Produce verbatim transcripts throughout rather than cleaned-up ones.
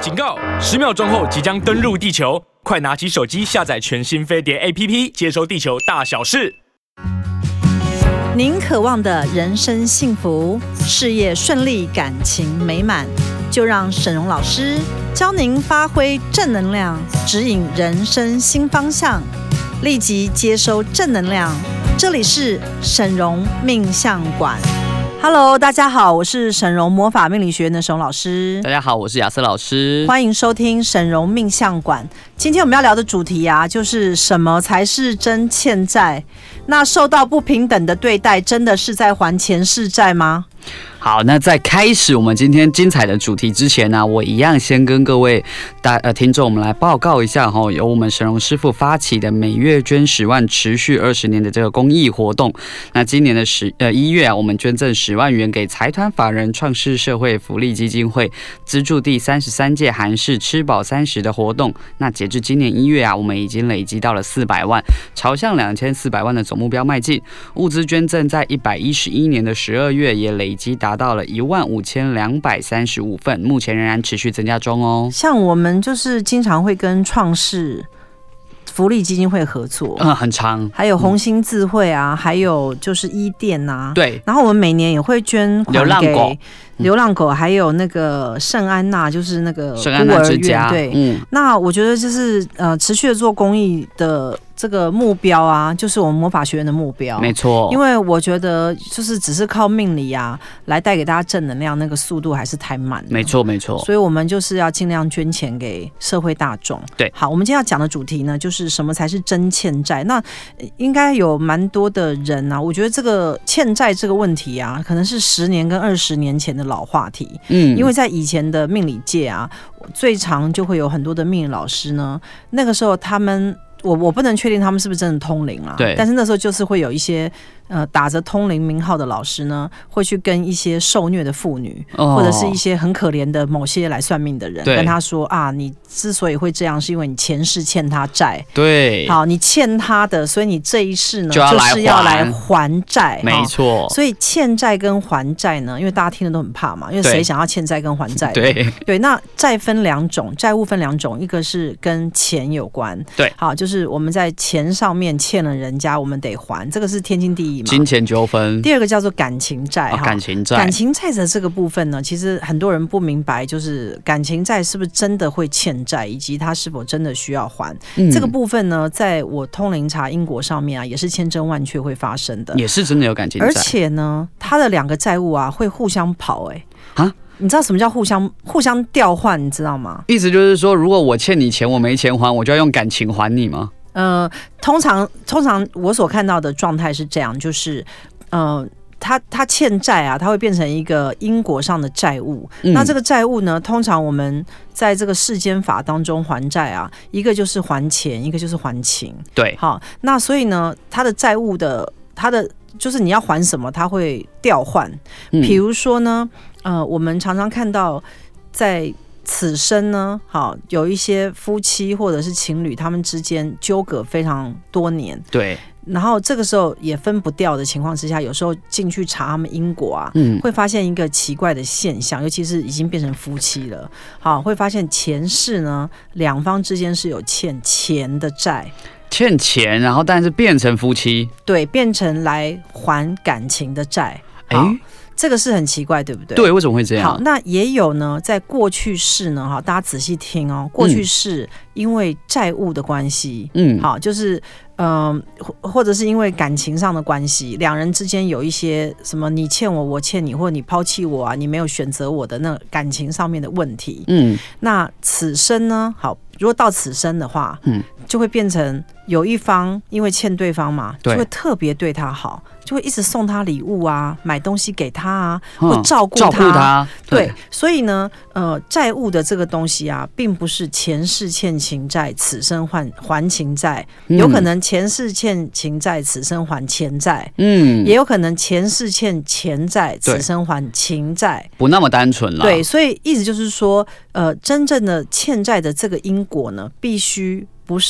警告！十秒钟后即将登陆地球，快拿起手机下载全新飞碟 A P P， 接收地球大小事。 您渴望的人生幸福、事业顺利、感情美满，就让沈荣老师教您发挥正能量，指引人生新方向。立即接收正能量，这里是沈荣命相馆。Hello， 大家好，我是沈荣魔法命理学院的沈荣老师。 大家好，我是亚瑟老师， 欢迎收听沈荣命相馆。今天我们要聊的主题啊，就是什么才是真欠债？那受到不平等的对待，真的是在还前世债吗？ 好，那在开始我们今天精彩的主题之前呢，我一样先跟各位大呃听众我们来报告一下哈，由我们沈荣师傅发起的每月捐十万，持续二十年的这个公益活动。那今年的十呃一月啊，我们捐赠十万元给财团法人创世社会福利基金会，资助第三十三届韩式吃饱三十的活动。那截至今年一月啊，我们已经累积到了四百万，朝向两千四百万的总目标迈进。物资捐赠在一百一十一年的十二月也累积达到了一万五千两百三十五份，目前仍然持续增加中哦。 像我们就是经常会跟创世福利基金会合作， 嗯，很长， 还有红星智慧啊，嗯、还有就是伊甸啊， 对。 然后我们每年也会捐款给流浪狗。 流浪狗还有那个圣安娜，就是那个圣安娜之家， 对， 嗯， 那我觉得就是呃，持续的做公益的这个目标啊，就是我们魔法学院的目标， 没错。因为我觉得就是只是靠命理啊来带给大家正能量，那个速度还是太慢了， 没错没错。 所以我们就是要尽量捐钱给社会大众。 对， 好，我们今天要讲的主题呢，就是什么才是真欠债？那应该有蛮多的人啊，我觉得这个欠债这个问题啊，可能是十年跟二十年前的老话题。嗯，因为在以前的命理界啊，最常就会有很多的命理老师呢，那个时候他们，我我不能确定他们是不是真的通灵啦， 对， 但是那时候就是会有一些呃打着通灵名号的老师呢，会去跟一些受虐的妇女，哦、或者是一些很可怜的某些来算命的人，跟他说啊，你之所以会这样，是因为你前世欠他债， 对， 好，你欠他的，所以你这一世呢就要就是要来还债， 没错。 所以欠债跟还债呢，因为大家听的都很怕嘛，因为谁想要欠债跟还债？ 对对，那债分两种，债务分两种，一个是跟钱有关， 对， 好，就是我们在钱上面欠了人家，我们得还，这个是天经地义嘛， 金钱纠纷。 第二个叫做感情债， 哦、感情债， 感情债的这个部分呢，其实很多人不明白，就是感情债是不是真的会欠债，以及它是否真的需要还、嗯、这个部分呢，在我通灵查因果上面啊，也是千真万确会发生的， 也是真的有感情债， 而且呢，它的两个债务啊会互相跑、欸，哎，啊。你知道什么叫互相互相调换？你知道吗？ 意思就是说，如果我欠你钱，我没钱还，我就要用感情还你吗？ 呃，通常通常我所看到的状态是这样，就是呃。他他欠债啊，他会变成一个因果上的债务、嗯。那这个债务呢，通常我们在这个世间法当中还债啊，一个就是还钱，一个就是还情。 对， 好，那所以呢，他的债务的，他的就是你要还什么，他会调换。比如说呢，呃，我们常常看到在此生呢，好有一些夫妻或者是情侣，他们之间纠葛非常多年。 对。 然后这个时候也分不掉的情况之下，有时候进去查他们因果啊、嗯，会发现一个奇怪的现象，尤其是已经变成夫妻了，好，会发现前世呢两方之间是有欠钱的债， 欠钱，然后但是变成夫妻， 对，变成来还感情的债，哎。这个是很奇怪，对不对？ 对，为什么会这样？ 好，那也有呢，在过去世呢，哈，大家仔细听哦，过去世因为债务的关系，嗯，好，就是嗯、呃，或者是因为感情上的关系，两人之间有一些什么你欠我，我欠你，或者你抛弃我啊，你没有选择我的那感情上面的问题，嗯，那此生呢，好，如果到此生的话，嗯，就会变成有一方因为欠对方嘛，就会特别对他好。就会一直送他礼物啊，买东西给他啊，或照顾他。照顾他，对。对，所以呢，呃，债务的这个东西啊，并不是前世欠情债，此生还还情债，嗯，有可能前世欠情债，此生还钱债，嗯，也有可能前世欠钱债，此生还情债， 不那么单纯了。 对，所以意思就是说，呃，真正的欠债的这个因果呢，必须不是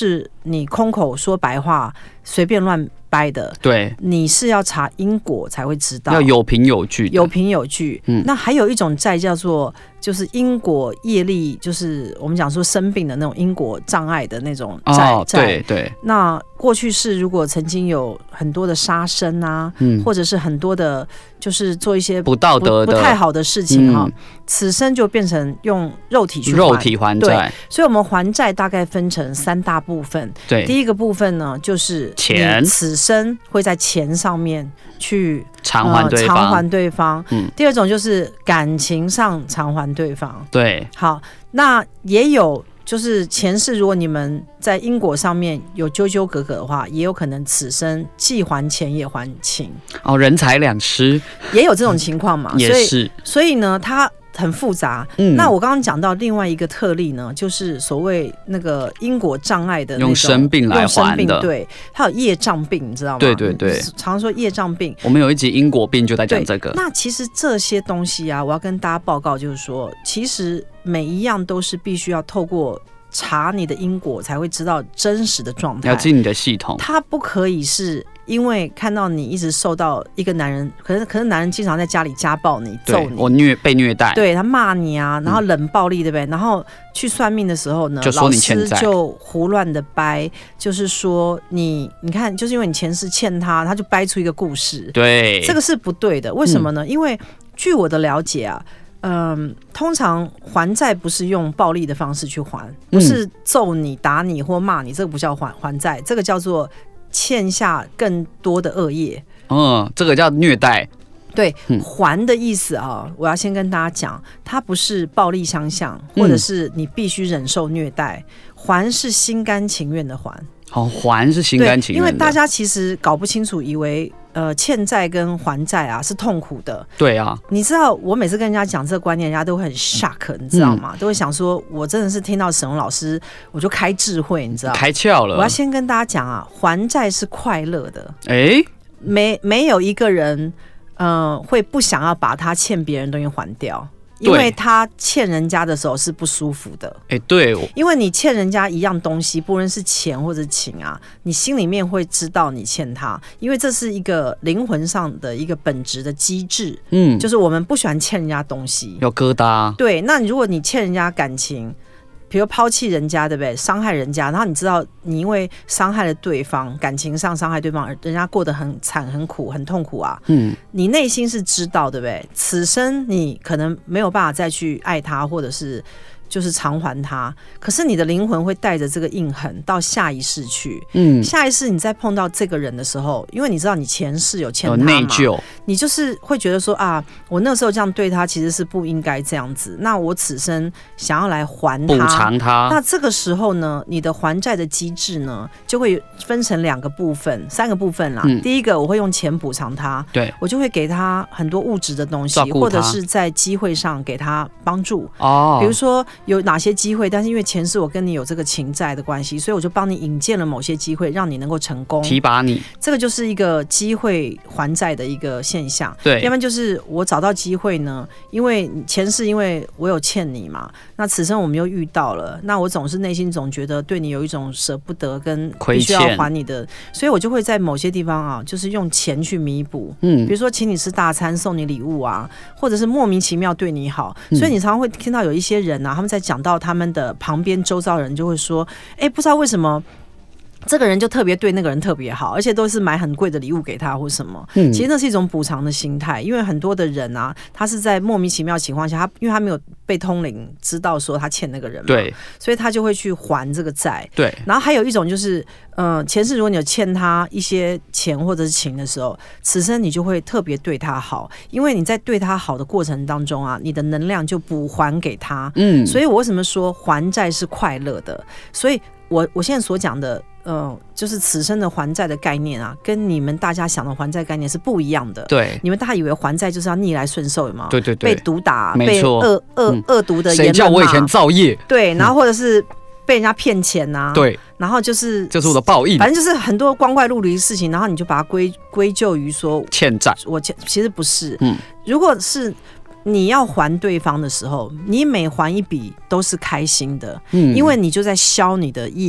你空口说白话，随便乱掰的， 对， 你是要查因果才会知道， 要有凭有据， 有凭有据。嗯，那还有一种债叫做就是因果业力，就是我们讲说生病的那种因果障碍的那种债。哦， 对对。 那过去是如果曾经有很多的杀生啊，嗯，或者是很多的，就是做一些 不, 不道德的、 不太好的事情哈、嗯，此生就变成用肉体去还， 肉体还债。 所以我们还债大概分成三大部分。 对， 第一个部分呢，就是钱， 此生会在钱上面去偿还对方， 偿、呃、还对方。嗯，第二种就是感情上偿还对方。 对， 好，那也有。就是前世，如果你们在因果上面有纠纠葛葛的话，也有可能此生既还钱也还情。 哦，人财两失， 也有这种情况嘛？ 也是。 所以呢，它很复杂。嗯，那我刚刚讲到另外一个特例呢，就是所谓那个因果障碍的那种， 用生病来还的。 对，它有业障病，你知道吗？ 对对对， 常说业障病。 我们有一集因果病就在讲这个。 那其实这些东西啊，我要跟大家报告，就是说，其实每一样都是必须要透过查你的因果才会知道真实的状态， 要进你的系统。 它不可以是因为看到你一直受到一个男人，可能可能男人经常在家里家暴你、揍你， 我虐被虐待， 对他骂你啊，然后冷暴力，对不对？然后去算命的时候呢， 就说你欠债， 老师就胡乱的掰，就是说你你看，就是因为你前世欠他，他就掰出一个故事， 对， 这个是不对的。为什么呢？嗯、因为据我的了解啊。嗯，通常还债不是用暴力的方式去还，不是揍你、打你或骂你，这个不叫还还债，这个叫做欠下更多的恶业。 嗯，这个叫虐待。 对，还的意思啊，我要先跟大家讲，它不是暴力相向，或者是你必须忍受虐待，还是心甘情愿的还。 哦，还是心甘情愿的， 因为大家其实搞不清楚，以为呃欠债跟还债啊是痛苦的。 对啊， 你知道我每次跟人家讲这个观念，人家都会很 shock， 你知道吗？嗯、都会想说，我真的是听到沈荣老师，我就开智慧，你知道吗？ 开窍了。 我要先跟大家讲啊，还债是快乐的。 哎， 没没有一个人，呃，会不想要把他欠别人的东西还掉。因为他欠人家的时候是不舒服的， 哎、欸，对， 因为你欠人家一样东西，不论是钱或者情啊，你心里面会知道你欠他，因为这是一个灵魂上的一个本质的机制，嗯，就是我们不喜欢欠人家东西， 有疙瘩， 对，那如果你欠人家感情。比如抛弃人家，对不对？伤害人家，然后你知道你因为伤害了对方，感情上伤害对方，人家过得很惨、很苦、很痛苦啊。嗯，你内心是知道，对不对？此生你可能没有办法再去爱他，或者是就是偿还他，可是你的灵魂会带着这个印痕到下一世去。嗯，下一世你再碰到这个人的时候，因为你知道你前世有欠他嘛，有内疚，你就是会觉得说啊，我那时候这样对他其实是不应该这样子，那我此生想要来还他，补偿他。 那这个时候呢，你的还债的机制呢，就会分成两个部分、三个部分啦。嗯、第一个，我会用钱补偿他， 对我就会给他很多物质的东西，或者是在机会上给他帮助。 哦， 比如说。有哪些机会，但是因为前世我跟你有这个情债的关系，所以我就帮你引荐了某些机会，让你能够成功， 提拔你。 这个就是一个机会还债的一个现象。 对， 要不然就是我找到机会呢，因为前世因为我有欠你嘛，那此生我们又遇到了，那我总是内心总觉得对你有一种舍不得跟必须要还你的，所以我就会在某些地方啊，就是用钱去弥补。嗯，比如说请你吃大餐，送你礼物啊，或者是莫名其妙对你好，嗯、所以你常常会听到有一些人啊，他们在讲到他们的旁边周遭人就会说，哎，不知道为什么这个人就特别对那个人特别好，而且都是买很贵的礼物给他或什么。嗯，其实那是一种补偿的心态，因为很多的人啊，他是在莫名其妙的情况下，他因为他没有被通灵知道说他欠那个人嘛， 对， 所以他就会去还这个债。 对， 然后还有一种就是，呃，前世如果你有欠他一些钱或者是情的时候，此生你就会特别对他好，因为你在对他好的过程当中啊，你的能量就补还给他。嗯，所以我为什么说还债是快乐的？所以我我现在所讲的。呃，就是此生的还债的概念啊，跟你们大家想的还债概念是不一样的。 对， 你们大家以为还债就是要逆来顺受，有吗？ 对对对， 被毒打，被恶恶恶毒的言论骂， 谁叫我以前造业？ 对，然后或者是被人家骗钱呐、啊， 对， 然后就是这是我的报应， 反正就是很多光怪陆离的事情，然后你就把它归归咎于说欠债。 我欠，其实不是，嗯，如果是。你要还对方的时候，你每还一笔都是开心的，嗯，因为你就在消你的业。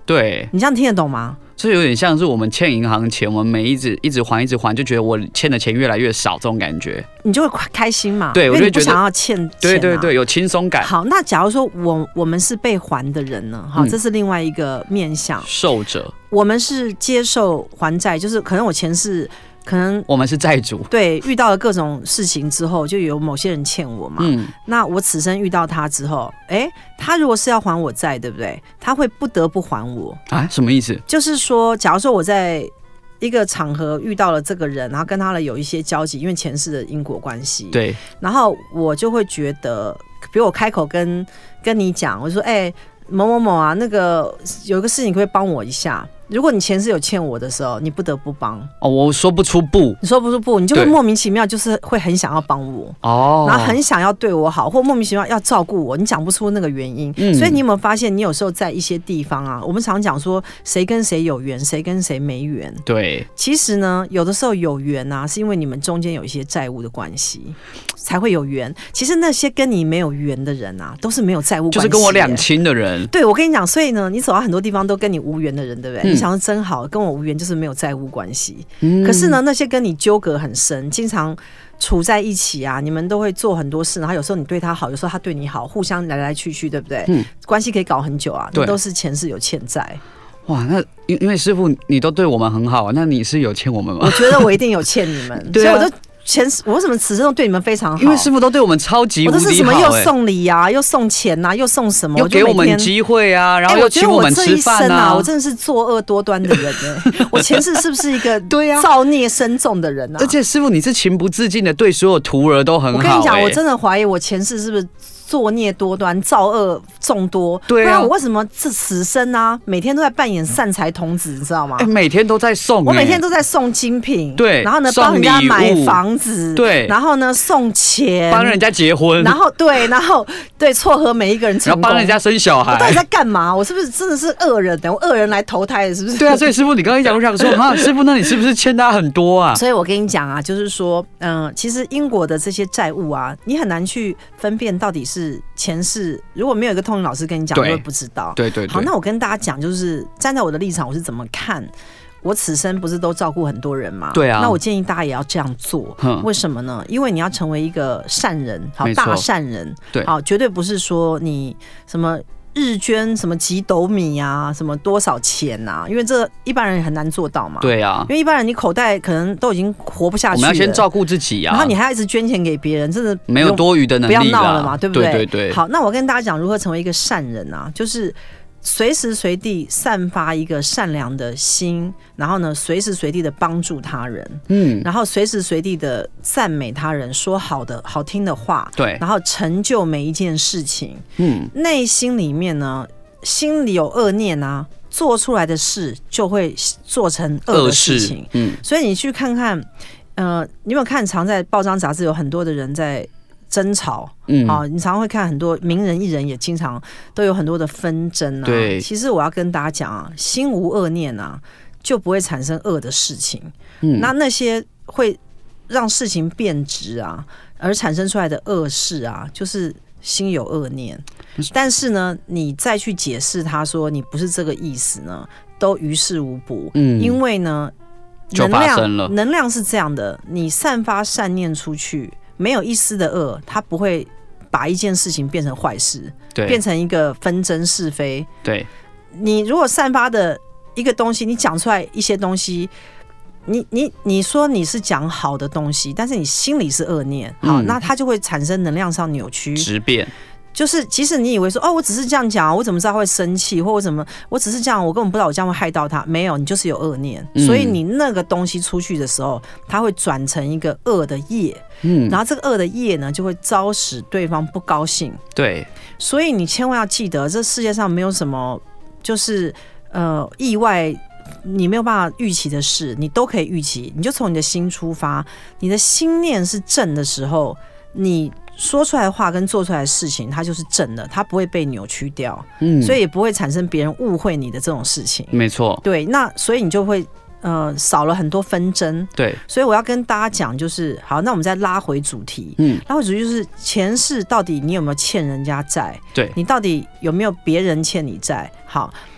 对， 你这样听得懂吗？ 这有点像是我们欠银行钱，我们每一直一直还一直还，就觉得我欠的钱越来越少，这种感觉， 你就会开心嘛？ 对， 因为你不想要欠钱、啊。 对对对，有轻松感。 好，那假如说我我们是被还的人呢？好， 嗯、 这是另外一个面向。 受者， 我们是接受还债，就是可能我前世。可能我们是债主， 对，遇到了各种事情之后，就有某些人欠我嘛。嗯，那我此生遇到他之后，哎，他如果是要还我债，对不对？他会不得不还我啊？什么意思？就是说，假如说我在一个场合遇到了这个人，然后跟他的有一些交集，因为前世的因果关系， 对， 然后我就会觉得，比如我开口跟跟你讲，我说，哎，某某某啊，那个有一个事情可不可以帮我一下？如果你前世有欠我的时候，你不得不帮哦，我说不出不， 你说不出不，你就会莫名其妙，就是会很想要帮我哦，然后很想要对我好，或莫名其妙要照顾我，你讲不出那个原因。嗯、所以你有没有发现，你有时候在一些地方啊，我们常讲说谁跟谁有缘，谁跟谁没缘。 对， 其实呢，有的时候有缘啊，是因为你们中间有一些债务的关系，才会有缘。其实那些跟你没有缘的人啊，都是没有债务关系， 就是跟我两清的人。 对，我跟你讲，所以呢，你走到很多地方都跟你无缘的人，对不对？嗯、你想说真好，跟我无缘就是没有债务关系。嗯、可是呢，那些跟你纠葛很深，经常处在一起啊，你们都会做很多事，然后有时候你对他好，有时候他对你好，互相来来去去，对不对？嗯、关系可以搞很久啊，那都是前世有欠债。 哇，那因因为师父你都对我们很好，那你是有欠我们吗？ 我觉得我一定有欠你们，对啊、所以我就。前我为什么此生都对你们非常好？ 因为师父都对我们超级无敌好、欸， 我都是什么又送礼啊，又送钱啊，又送什么， 又给我们机会啊，然后又请我们吃饭啊。 欸、我, 我真的是作恶多端的人哎、欸！我前世是不是一个对啊造孽深重的人啊？ 而且师父你是情不自禁的对所有徒儿都很好、欸。 我跟你讲，我真的怀疑我前世是不是作孽多端、造恶众多？ 对啊， 不然我为什么这此生啊，每天都在扮演善财童子，你知道吗？ 欸、每天都在送、欸， 我每天都在送精品， 对， 然后呢帮人家买房子，对，然后呢送钱， 帮人家结婚， 然后对，然后对撮合每一个人成功， 然后帮人家生小孩。 我到底在干嘛？我是不是真的是恶人？等我恶人来投胎了，是不是？ 对啊，所以师父你刚刚讲，我想说啊，师父那你是不是欠他很多啊？ 所以我跟你讲啊，就是说，嗯、呃，其实因果的这些债务啊，你很难去分辨到底是前世。如果没有一个通灵老师跟你讲，你会不知道。 对对对。 好，那我跟大家讲，就是站在我的立场，我是怎么看。我此生不是都照顾很多人吗？ 对啊。 那我建议大家也要这样做。为什么呢？因为你要成为一个善人，好，大善人。对。好，绝对不是说你什么日捐什么几斗米啊，什么多少钱啊，因为这一般人很难做到嘛。 对啊。 因为一般人你口袋可能都已经活不下去了， 我们要先照顾自己啊。 然后你还要一直捐钱给别人，真的没有多余的能力啦， 不要闹了嘛，对不对？ 对对对。 好，那我跟大家讲如何成为一个善人啊，就是随时随地散发一个善良的心，然后呢，随时随地的帮助他人，嗯，然后随时随地的赞美他人，说好的好听的话， 对， 然后成就每一件事情，嗯，内心里面呢，心里有恶念啊，做出来的事就会做成恶的事情，嗯，所以你去看看，呃，你有没有看常在报章杂志有很多的人在争吵，嗯，啊，你常常会看很多名人艺人也经常都有很多的纷争啊。 对， 其实我要跟大家讲啊，心无恶念啊，就不会产生恶的事情。嗯，那那些会让事情变质啊，而产生出来的恶事啊，就是心有恶念。但是呢，你再去解释他说你不是这个意思呢，都于事无补。嗯，因为呢，能量能量是这样的，你散发善念出去。没有一丝的恶，他不会把一件事情变成坏事，变成一个纷争是非。 对， 你如果散发的一个东西，你讲出来一些东西，你你你说你是讲好的东西，但是你心里是恶念，好，嗯、那它就会产生能量上扭曲、 质变。 就是即使你以为说哦，我只是这样讲，我怎么知道会生气，或我怎么，我只是这样，我根本不知道我这样会害到他。没有，你就是有恶念，嗯、所以你那个东西出去的时候，它会转成一个恶的业，嗯，然后这个恶的业呢，就会招使对方不高兴。 对， 所以你千万要记得，这世界上没有什么就是呃意外。你没有办法预期的事，你都可以预期。你就从你的心出发，你的心念是正的时候，你说出来的话跟做出来的事情，它就是正的，它不会被扭曲掉，嗯，所以也不会产生别人误会你的这种事情。 没错， 对，那所以你就会呃少了很多纷争。 对， 所以我要跟大家讲，就是好，那我们再拉回主题，嗯，拉回主题就是前世到底你有没有欠人家债？ 对， 你到底有没有别人欠你债？好。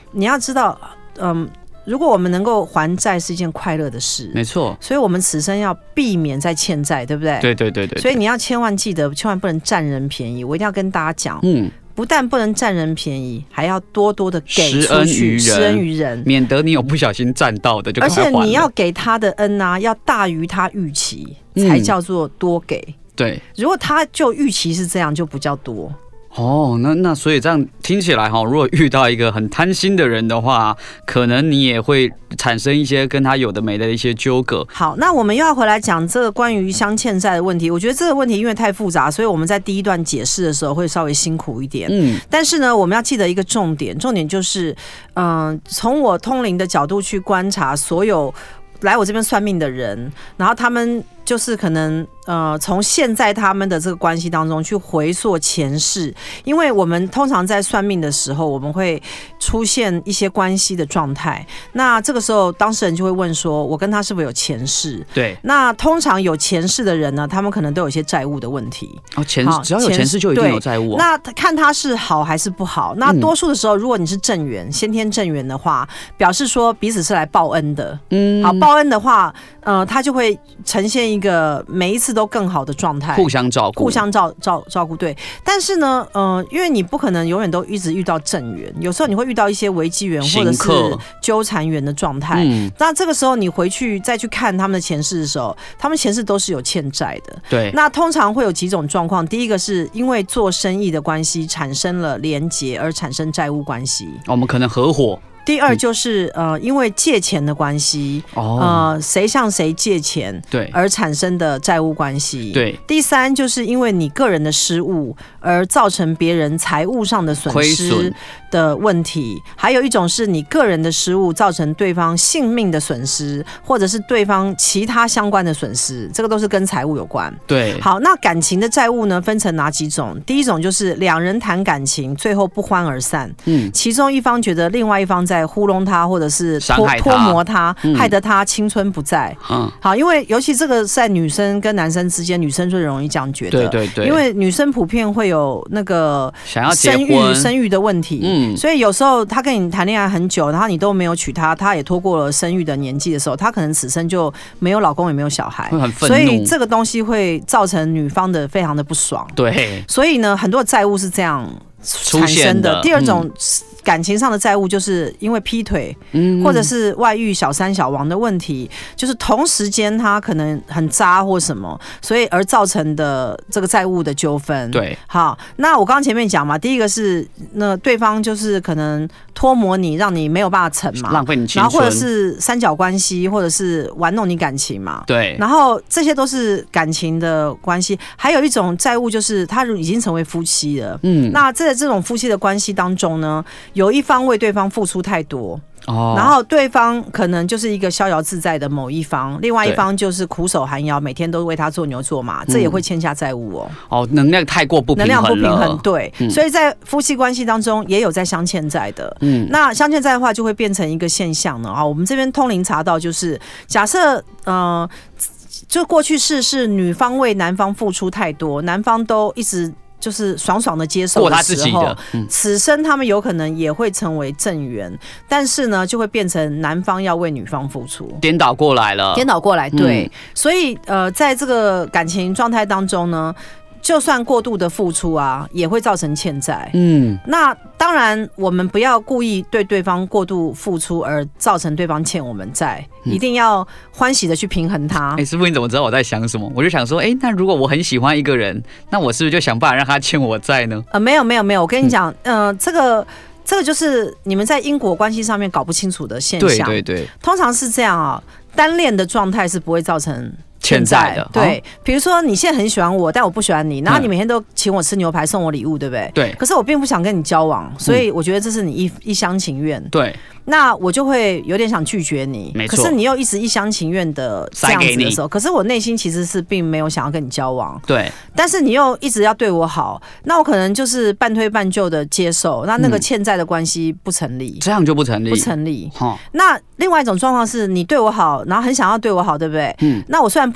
你要知道，嗯。如果我们能够还债是一件快乐的事， 没错， 所以我们此生要避免再欠债，对不对？ 对对对 对, 对。 所以你要千万记得，千万不能占人便宜。我一定要跟大家讲，嗯，不但不能占人便宜，还要多多的给出去，施恩于人， 免得你有不小心占到的就赶快还了。 而且你要给他的恩啊，要大于他预期，才叫做多给。嗯、 对， 如果他就预期是这样，就不叫多。 哦，那那所以这样听起来哈，如果遇到一个很贪心的人的话，可能你也会产生一些跟他有的没的一些纠葛。 好，那我们又要回来讲这个关于相欠债的问题。我觉得这个问题因为太复杂，所以我们在第一段解释的时候会稍微辛苦一点。嗯，但是呢，我们要记得一个重点，重点就是，嗯、呃，从我通灵的角度去观察所有来我这边算命的人，然后他们就是可能呃，从现在他们的这个关系当中去回溯前世，因为我们通常在算命的时候，我们会出现一些关系的状态。那这个时候，当事人就会问说：“我跟他是否有前世？” 对。 那通常有前世的人呢，他们可能都有一些债务的问题。 哦，前只要有前世就一定有债务、哦。 那看他是好还是不好。那多数的时候，如果你是正缘、先天正缘的话，表示说彼此是来报恩的。嗯。好，报恩的话，呃，他就会呈现一个每一次都更好的状态， 互相照顾， 互相照照照顾。对，但是呢，呃，因为你不可能永远都一直遇到正缘，有时候你会遇到一些危机缘或者是纠缠缘的状态。嗯，那这个时候你回去再去看他们的前世的时候，他们前世都是有欠债的。 对， 那通常会有几种状况，第一个是因为做生意的关系产生了连结而产生债务关系， 我们可能合伙。 第二就是呃，因为借钱的关系，哦、呃，谁向谁借钱， 对， 而产生的债务关系， 对。 第三就是因为你个人的失误而造成别人财务上的损失的问题，还有一种是你个人的失误造成对方性命的损失，或者是对方其他相关的损失，这个都是跟财务有关。 对。 好，那感情的债务呢，分成哪几种？第一种就是两人谈感情，最后不欢而散，嗯，其中一方觉得另外一方在糊弄他，或者是拖拖磨他，嗯、害得他青春不在。嗯，好，因为尤其这个在女生跟男生之间，女生最容易这样觉得。 对对对， 因为女生普遍会有那个想要结生育生育的问题。 嗯， 所以有时候他跟你谈恋爱很久，然后你都没有娶她，他也拖过了生育的年纪的时候，他可能此生就没有老公也没有小孩， 会很愤怒。 所以这个东西会造成女方的非常的不爽。 对， 所以呢，很多债务是这样产生的。第二种。嗯，感情上的债务就是因为劈腿，嗯、或者是外遇、小三小王的问题，就是同时间他可能很渣或什么，所以而造成的这个债务的纠纷。 对， 好，那我刚刚前面讲嘛，第一个是那对方就是可能拖磨你，让你没有办法成嘛， 浪费你青春， 然后或者是三角关系，或者是玩弄你感情嘛。 对， 然后这些都是感情的关系。还有一种债务就是他已经成为夫妻了，嗯，那在这种夫妻的关系当中呢，有一方为对方付出太多，哦，然后对方可能就是一个逍遥自在的某一方，另外一方就是苦守寒窑，每天都为他做牛做马，这也会欠下债务哦。 哦，能量太过不平衡了，能量不平衡， 对，嗯、所以在夫妻关系当中也有在相欠债的。嗯，那相欠债的话就会变成一个现象呢。啊，我们这边通灵查到就是，假设呃，就过去式是女方为男方付出太多，男方都一直。就是爽爽的接受的时候，过他自己的，嗯、此生他们有可能也会成为正缘，但是呢，就会变成男方要为女方付出， 颠倒过来了， 颠倒过来，对，嗯、所以呃，在这个感情状态当中呢。就算过度的付出啊，也会造成欠债。嗯，那当然，我们不要故意对对方过度付出而造成对方欠我们债，嗯、一定要欢喜的去平衡它。 哎、欸，师父，你怎么知道我在想什么？我就想说，哎、欸，那如果我很喜欢一个人，那我是不是就想办法让他欠我债呢？ 呃，没有，没有，没有。我跟你讲，嗯、呃，这个。这个就是你们在因果关系上面搞不清楚的现象。 对对对， 通常是这样啊，单恋的状态是不会造成欠债的。 对，比如说你现在很喜欢我，但我不喜欢你，然后你每天都请我吃牛排，送我礼物，对不对？ 对。 可是我并不想跟你交往，所以我觉得这是你一一厢情愿。 对。 那我就会有点想拒绝你， 没错。 可是你又一直一厢情愿的这样子的时候，可是我内心其实是并没有想要跟你交往， 对。 但是你又一直要对我好，那我可能就是半推半就的接受，那那个欠债的关系不成立， 这样就不成立， 不成立。那另外一种状况是你对我好，然后很想要对我好，对不对？嗯。那我虽然不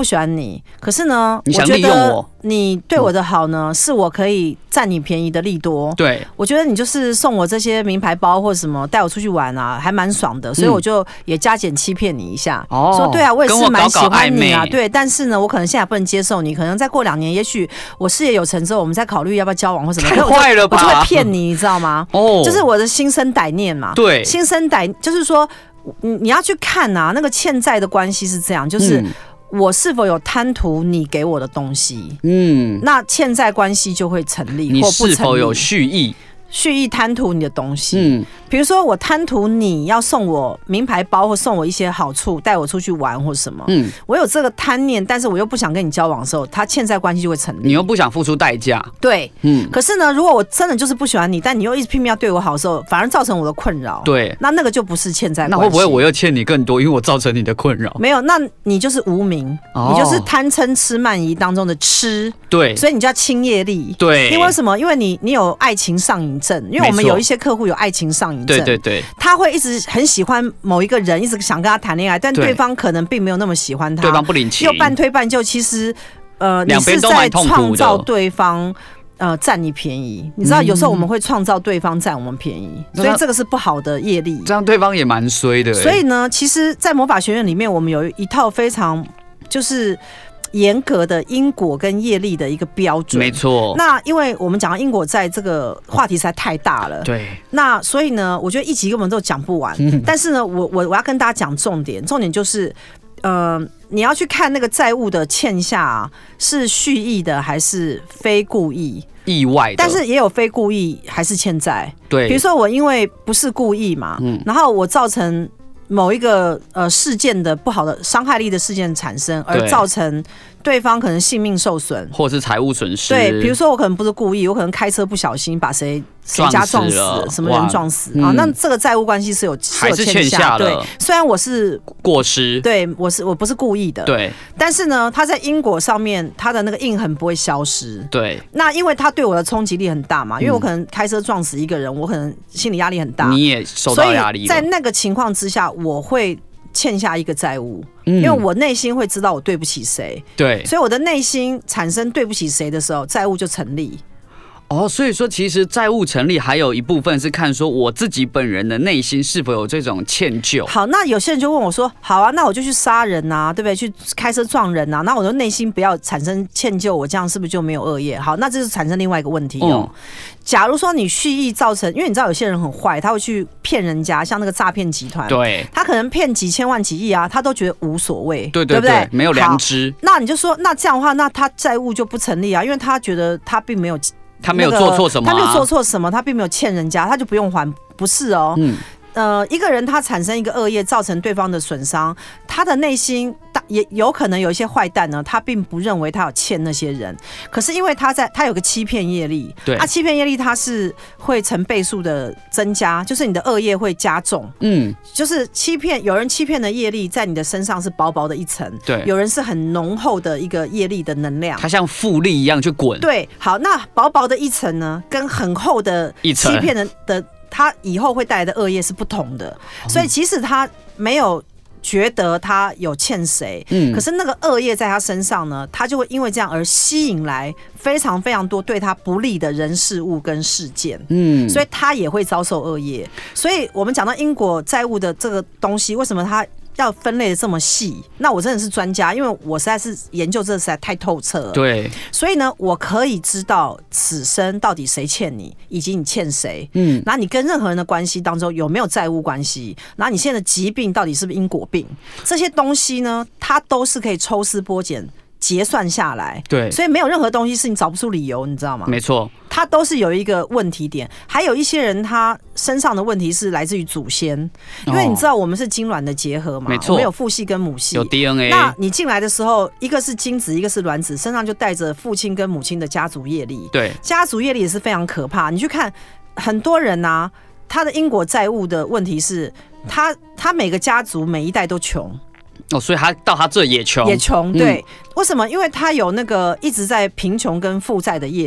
喜欢你，可是呢， 你想利用我， 你对我的好呢，嗯、是我可以占你便宜的利多。 对， 我觉得你就是送我这些名牌包或什么，带我出去玩啊，还蛮爽的，所以我就也加减欺骗你一下，嗯、说对啊，我也是蛮喜欢你啊，对，但是呢，我可能现在不能接受你，可能再过两年，也许我事业有成之后，我们再考虑要不要交往或什么。 太坏了吧！ 我就会骗你，你知道吗？哦，就是我的心生歹念嘛。 对， 心生歹就是说。你你要去看啊，那个欠债的关系是这样，就是我是否有贪图你给我的东西，嗯，那欠债关系就会成立， 你或不成立。 是否有蓄意？ 蓄意贪图你的东西，嗯，比如说我贪图你要送我名牌包或送我一些好处，带我出去玩或什么，嗯，我有这个贪念，但是我又不想跟你交往的时候，他欠债关系就会成立。 你又不想付出代价， 对，嗯。可是呢，如果我真的就是不喜欢你，但你又一直拼命要对我好的时候，反而造成我的困扰， 对， 那那个就不是欠债关系。 那会不会我又欠你更多，因为我造成你的困扰？ 没有，那你就是无名，哦、你就是贪嗔痴慢疑当中的痴， 对， 所以你叫清业力， 对。 因为什么？因为你你有爱情上瘾症，因为我们有一些客户有爱情上瘾症， 对对对， 他会一直很喜欢某一个人，一直想跟他谈恋爱，但对方可能并没有那么喜欢他， 对方不领情， 又半推半就，其实呃，你是在创造对方呃占你便宜。你知道，有时候我们会创造对方占我们便宜，嗯、所以这个是不好的业力。 这样对方也蛮衰的。 所以呢，其实，在魔法学院里面，我们有一套非常就是严格的因果跟业力的一个标准， 没错。 那因为我们讲到因果债这个话题实在太大了， 对。 那所以呢，我觉得一集根本都讲不完。嗯、但是呢，我我我要跟大家讲重点，重点就是，呃，你要去看那个债务的欠下、啊、是蓄意的还是非故意。 意外的， 但是也有非故意还是欠债。 对， 比如说我因为不是故意嘛，嗯、然后我造成某一个呃事件的不好的伤害力的事件产生，而造成对方可能性命受损， 或是财务损失。 对，比如说我可能不是故意，我可能开车不小心把谁谁家撞死了，什么人撞死啊、嗯？那这个债务关系是有还是欠下了？ 对，虽然我是过失， 对我是我不是故意的， 对， 但是呢，他在因果上面他的那个印痕不会消失。 对， 那因为他对我的冲击力很大嘛，因为我可能开车撞死一个人，我可能心理压力很大， 你也受到压力了。 所以在那个情况之下，我会欠下一个债务，嗯、因为我内心会知道我对不起谁， 对， 所以我的内心产生对不起谁的时候，债务就成立。 哦，所以说其实债务成立还有一部分是看说我自己本人的内心是否有这种歉疚。 好，那有些人就问我说：“好啊，那我就去杀人啊，对不对？去开车撞人啊，那我的内心不要产生歉疚，我这样是不是就没有恶业？”好，那这是产生另外一个问题哦。嗯、假如说你蓄意造成，因为你知道有些人很坏，他会去骗人家，像那个诈骗集团， 对， 他可能骗几千万、几亿啊，他都觉得无所谓， 对对 对, 对, 对不对？没有良知。 那你就说，那这样的话，那他债务就不成立啊，因为他觉得他并没有。 他没有做错什么、啊那個，他没有做错什么，他并没有欠人家，他就不用还，不是哦。嗯，呃，一个人他产生一个恶业，造成对方的损伤，他的内心也有可能有一些坏蛋呢，他并不认为他有欠那些人，可是因为他在他有个欺骗业力， 对， 啊，欺骗业力它是会成倍数的增加，就是你的恶业会加重，嗯，就是欺骗，有人欺骗的业力在你的身上是薄薄的一层， 对， 有人是很浓厚的一个业力的能量， 它像复利一样去滚， 对，好，那薄薄的一层呢，跟很厚的欺骗的的。他以后会带来的恶业是不同的，所以即使他没有觉得他有欠谁，嗯，可是那个恶业在他身上呢，他就会因为这样而吸引来非常非常多对他不利的人事物跟事件，嗯，所以他也会遭受恶业。所以我们讲到因果债务的这个东西，为什么他要分类的这么细？那我真的是专家，因为我实在是研究这实在太透彻了。 对， 所以呢，我可以知道此生到底谁欠你，以及你欠谁。嗯，然后你跟任何人的关系当中有没有债务关系？然后你现在的疾病到底是不是因果病？这些东西呢，它都是可以抽丝剥茧结算下来。 对， 所以没有任何东西是你找不出理由，你知道吗？ 没错。 他都是有一个问题点，还有一些人他身上的问题是来自于祖先，因为你知道我们是精卵的结合嘛， 没错， 我们有父系跟母系， 有 D N A。 那你进来的时候，一个是精子，一个是卵子，身上就带着父亲跟母亲的家族业力。 对， 家族业力也是非常可怕。你去看很多人啊，他的因果债务的问题是，他他每个家族每一代都穷。 哦，所以他到他这也穷， 也穷，对、嗯，为什么？因为他有那个一直在贫穷跟负债的业力，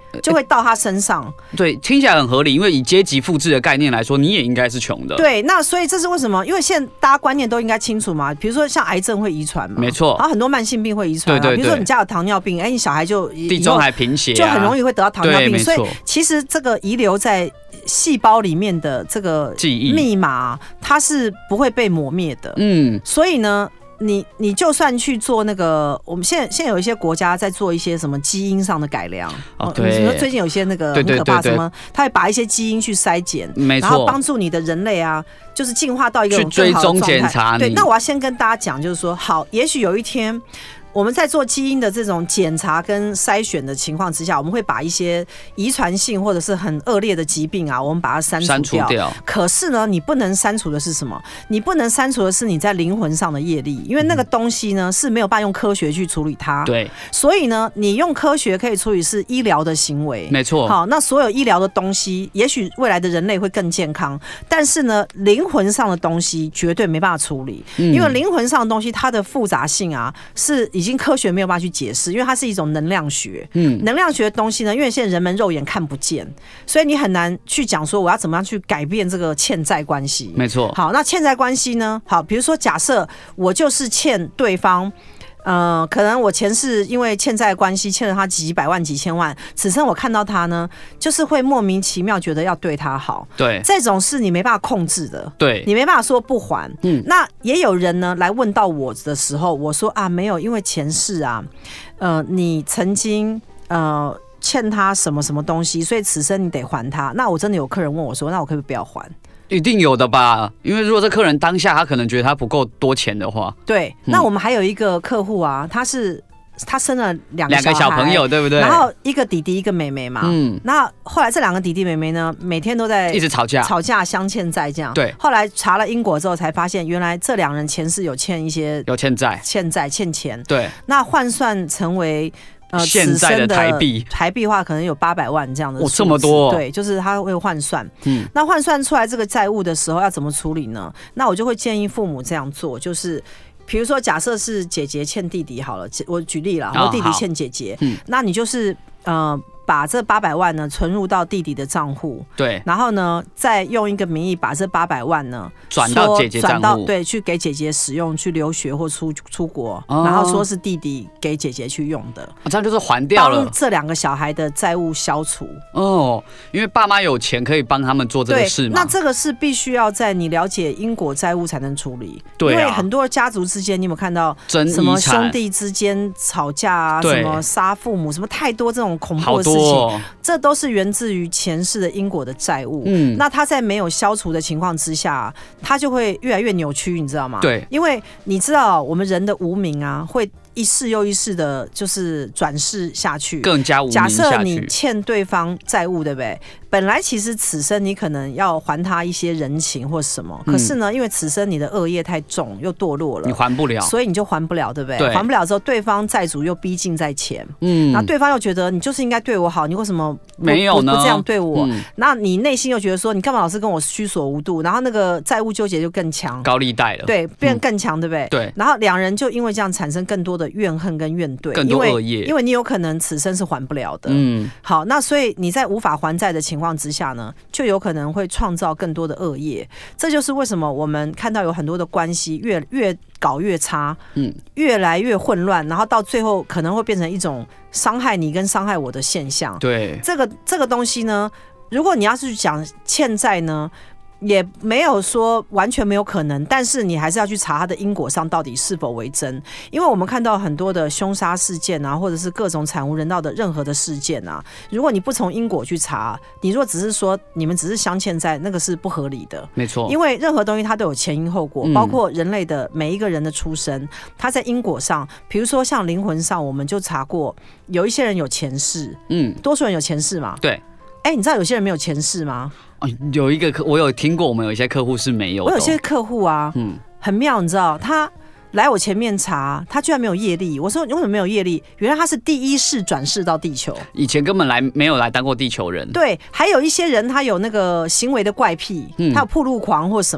就会到他身上。 对，听起来很合理，因为以阶级复制的概念来说，你也应该是穷的。 对，那所以这是为什么？因为现在大家观念都应该清楚嘛。比如说像癌症会遗传嘛， 没错， 然后很多慢性病会遗传、啊， 对对对， 比如说你家有糖尿病，哎，你小孩就地中海贫血、啊， 就很容易会得到糖尿病。所以其实这个遗留在细胞里面的这个记忆密码，它是不会被磨灭的。嗯，所以呢。你你就算去做那个，我们现在现在有一些国家在做一些什么基因上的改良， 哦，对， 你说最近有一些那个很可怕什么，他会把一些基因去筛检， 没错， 然后帮助你的人类啊，就是进化到一个去追踪检查你。 对，那我要先跟大家讲，就是说，好，也许有一天。我们在做基因的这种检查跟筛选的情况之下，我们会把一些遗传性或者是很恶劣的疾病啊，我们把它删除掉。 删除掉。 可是呢，你不能删除的是什么？你不能删除的是你在灵魂上的业力，因为那个东西呢是没有办法用科学去处理它。 对。 所以呢，你用科学可以处理是医疗的行为。 没错。 好，那所有医疗的东西，也许未来的人类会更健康，但是呢，灵魂上的东西绝对没办法处理，嗯、因为灵魂上的东西它的复杂性啊是已经科学没有办法去解释，因为它是一种能量学。嗯，能量学的东西呢，因为现在人们肉眼看不见，所以你很难去讲说我要怎么样去改变这个欠债关系。 没错。 好，那欠债关系呢？好，比如说假设我就是欠对方。呃，可能我前世因为欠债关系欠了他几百万几千万，此生我看到他呢，就是会莫名其妙觉得要对他好。 对， 这种事你没办法控制的。 对， 你没办法说不还。嗯，那也有人呢来问到我的时候，我说啊没有，因为前世啊，呃，你曾经呃欠他什么什么东西，所以此生你得还他。那我真的有客人问我说，那我可不可以不要还？ 一定有的吧，因为如果这客人当下他可能觉得他不够多钱的话， 对。嗯、那我们还有一个客户啊，他是他生了两个小孩， 两个小朋友，对不对？ 然后一个弟弟一个妹妹嘛，嗯。那后来这两个弟弟妹妹呢，每天都在一直吵架， 吵架相欠债这样。 对。 后来查了因果之后，才发现原来这两人前世有欠一些有欠债， 欠债欠钱。 对。 那换算成为。 呃，现在的台币， 台币的话可能有八百万这样的数字， 哦，这么多， 对，就是他会换算。嗯，那换算出来这个债务的时候要怎么处理呢？那我就会建议父母这样做，就是比如说假设是姐姐欠弟弟好了，我举例了，我弟弟欠姐姐，嗯，那你就是呃。把这八百万呢存入到弟弟的账户， 对， 然后呢，再用一个名义把这八百万呢转到姐姐账户， 对，去给姐姐使用，去留学或出出国，哦、然后说是弟弟给姐姐去用的， 哦、这样就是还掉了， 帮这两个小孩的债务消除。 哦，因为爸妈有钱可以帮他们做这个事嘛。 那这个是必须要在你了解因果债务才能处理， 对、啊， 因为很多家族之间，你有没有看到什么兄弟之间吵架啊，什么杀父母，什么太多这种恐怖的事情。哦、这都是源自于前世的因果的债务。嗯，那他在没有消除的情况之下，他就会越来越扭曲，你知道吗？ 对， 因为你知道我们人的无明啊，会一世又一世的，就是转世下去， 更加无明下去。 假设你欠对方债务，对不对？本来其实此生你可能要还他一些人情或什么，嗯、可是呢，因为此生你的恶业太重，又堕落了， 你还不了， 所以你就还不了，对不对？ 对， 还不了之后，对方债主又逼近在前，嗯，然后对方又觉得你就是应该对我好，你为什么没有呢？ 不这样对我？嗯、那你内心又觉得说，你干嘛老是跟我虚索无度？然后那个债务纠结就更强， 高利贷了， 对，变得更强，嗯、对不对？ 对， 然后两人就因为这样产生更多的怨恨跟怨怼， 更多恶业， 因为你有可能此生是还不了的。嗯，好，那所以你在无法还债的情况之下呢，就有可能会创造更多的恶业。这就是为什么我们看到有很多的关系越越搞越差，嗯，越来越混乱，然后到最后可能会变成一种伤害你跟伤害我的现象。 对， 这个这个东西呢，如果你要是讲欠债呢，也没有说完全没有可能，但是你还是要去查它的因果上到底是否为真，因为我们看到很多的凶杀事件啊，或者是各种惨无人道的任何的事件啊，如果你不从因果去查，你若只是说你们只是相欠债，那个是不合理的。 没错， 因为任何东西它都有前因后果，包括人类的每一个人的出生，它在因果上，比如说像灵魂上，我们就查过有一些人有前世，嗯，多数人有前世嘛， 对。 哎、欸，你知道有些人没有前世吗？ 哦，有一个客，我有听过，我们有一些客户是没有的。 我有些客户啊，嗯，很妙，你知道，他来我前面查，他居然没有业力。我说你为什么没有业力？原来他是第一世转世到地球， 以前根本来没有来当过地球人。 对，还有一些人他有那个行为的怪癖，嗯、他有暴露狂或什么。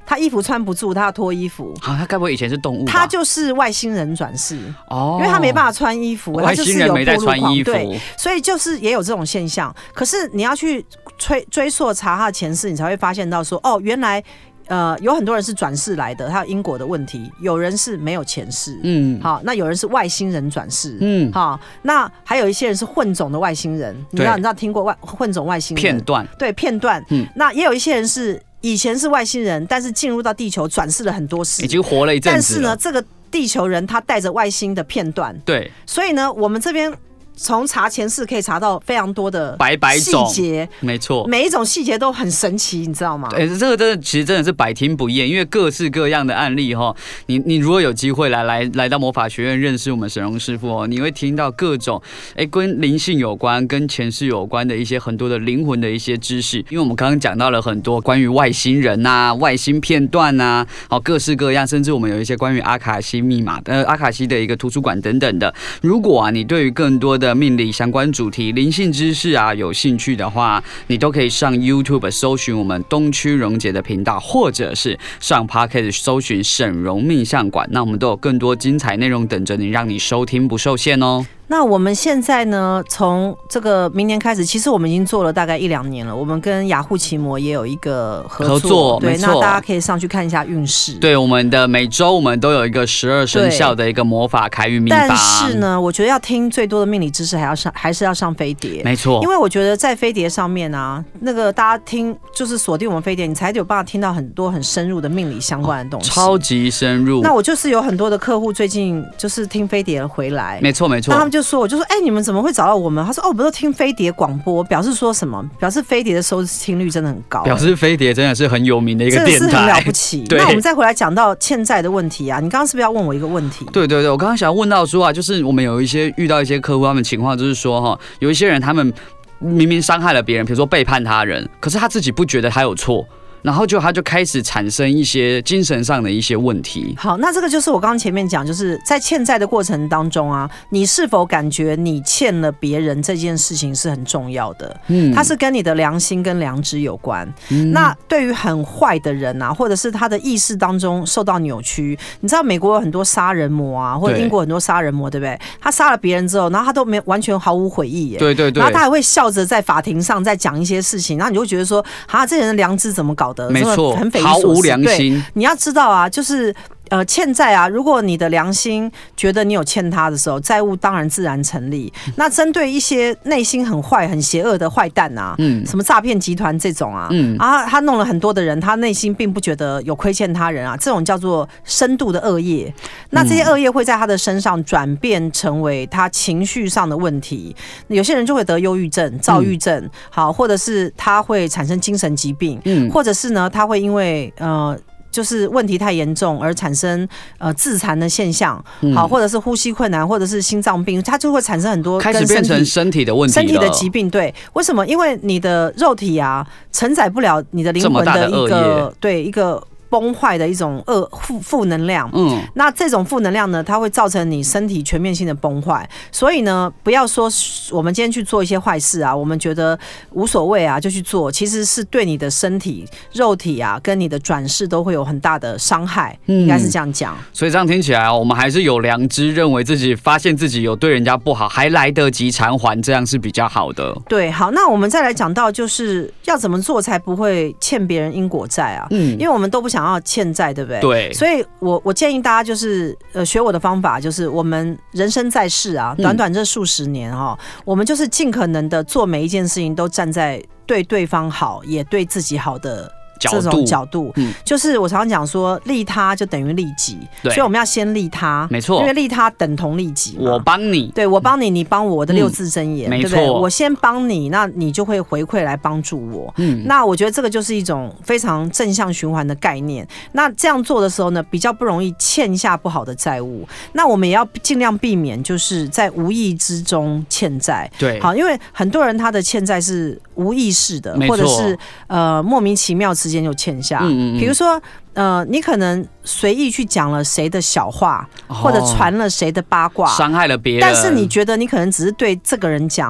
他衣服穿不住，他要脱衣服。 好、啊，他该不会以前是动物吧？ 他就是外星人转世哦，因为他没办法穿衣服， 外星人没在穿衣服， 对，所以就是也有这种现象。可是你要去追追溯查他的前世，你才会发现到说，哦，原来。呃，有很多人是转世来的，他有因果的问题；有人是没有前世，嗯，好，那有人是外星人转世，嗯，好，那还有一些人是混种的外星人，你知道，你知道听过外混种外星人片段， 对片段，嗯，那也有一些人是以前是外星人，但是进入到地球转世了很多世， 已经活了一阵子了， 但是呢，这个地球人他带着外星的片段， 对， 所以呢，我们这边。从查前世可以查到非常多的百百种细节， 没错， 每一种细节都很神奇，你知道吗？ 对，这个真的其实真的是百听不厌，因为各式各样的案例哈，你你如果有机会来来来到魔法学院认识我们沈荣师傅哦，你会听到各种哎跟灵性有关、跟前世有关的一些很多的灵魂的一些知识，因为我们刚刚讲到了很多关于外星人啊、外星片段啊，好各式各样，甚至我们有一些关于阿卡西密码呃阿卡西的一个图书馆等等的。如果啊你对于更多的命理相关主题、灵性知识啊有兴趣的话，你都可以上 YouTube 搜寻我们东区荣姐的频道，或者是上 Podcast 搜寻沈荣命相馆，那我们都有更多精彩内容等着你，让你收听不受限哦。 那我们现在呢，从这个明年开始，其实我们已经做了大概一两年了。我们跟雅虎奇摩也有一个合作，合作对，那大家可以上去看一下运势。 对，我们的每周我们都有一个十二生肖的一个魔法开运秘方。 但是呢，我觉得要听最多的命理知识，还要上，还是要上飞碟。 没错， 因为我觉得在飞碟上面啊，那个大家听就是锁定我们飞碟，你才有办法听到很多很深入的命理相关的东西， 哦、超级深入。 那我就是有很多的客户最近就是听飞碟回来， 没错没错， 那他们就说，我就说，哎、欸，你们怎么会找到我们？他说：“哦，我们都听飞碟广播，表示说什么？表示飞碟的收听率真的很高， 表示飞碟真的是很有名的一个电台， 真的是很了不起。”那我们再回来讲到欠债的问题啊，你刚刚是不是要问我一个问题？ 对对对，我刚刚想要问到说啊，就是我们有一些遇到一些客户，他们情况就是说哈，有一些人他们明明伤害了别人，比如说背叛他人，可是他自己不觉得他有错。然后就他就开始产生一些精神上的一些问题。 好，那这个就是我刚刚前面讲，就是在欠债的过程当中啊，你是否感觉你欠了别人这件事情是很重要的？嗯，它是跟你的良心跟良知有关。嗯，那对于很坏的人啊，或者是他的意识当中受到扭曲，你知道美国有很多杀人魔啊，或者英国很多杀人魔，对不对？他杀了别人之后，然后他都没完全毫无悔意耶。 对对对。 然后他还会笑着在法庭上在讲一些事情，然后你就会觉得说，啊，这人的良知怎么搞？ 没错， 很匪夷所思，毫无良心。 你要知道啊，就是呃欠债啊，如果你的良心觉得你有欠他的时候，债务当然自然成立。那针对一些内心很坏、很邪恶的坏蛋啊，嗯，什么诈骗集团这种啊，嗯，啊，他弄了很多的人，他内心并不觉得有亏欠他人啊，这种叫做深度的恶业。那这些恶业会在他的身上转变成为他情绪上的问题。有些人就会得忧郁症、躁郁症，嗯、好，或者是他会产生精神疾病，嗯，或者是呢，他会因为呃。就是问题太严重而产生呃自残的现象，好，或者是呼吸困难，或者是心脏病，它就会产生很多开始变成身体的问题了， 身体的疾病。对，为什么？因为你的肉体啊承载不了你的灵魂的一个对一个。崩坏的一种恶负负能量，嗯，那这种负能量呢，它会造成你身体全面性的崩坏。所以呢，不要说我们今天去做一些坏事啊，我们觉得无所谓啊，就去做，其实是对你的身体、肉体啊，跟你的转世都会有很大的伤害，嗯、应该是这样讲。 所以这样听起来，我们还是有良知，认为自己发现自己有对人家不好，还来得及偿还，这样是比较好的。 对，好，那我们再来讲到，就是要怎么做才不会欠别人因果债啊？嗯，因为我们都不想。想要欠债，对不对？ 对， 所以我我建议大家就是呃学我的方法，就是我们人生在世啊，短短这数十年哈、哦，嗯、我们就是尽可能的做每一件事情都站在对对方好，也对自己好的。这种角度，嗯、就是我常常讲说，利他就等于利己，所以我们要先利他， 没错， 因为利他等同利己嘛。 我帮你， 对我帮你，你帮我，我的六字真言， 嗯、 对不对？我先帮你，那你就会回馈来帮助我。嗯，那我觉得这个就是一种非常正向循环的概念。那这样做的时候呢，比较不容易欠下不好的债务。那我们也要尽量避免，就是在无意之中欠债。 对， 好，因为很多人他的欠债是无意识的，或者是呃莫名其妙之间就欠下。嗯嗯，比如说呃，你可能随意去讲了谁的小话，哦、或者传了谁的八卦， 伤害了别人。 但是你觉得你可能只是对这个人讲，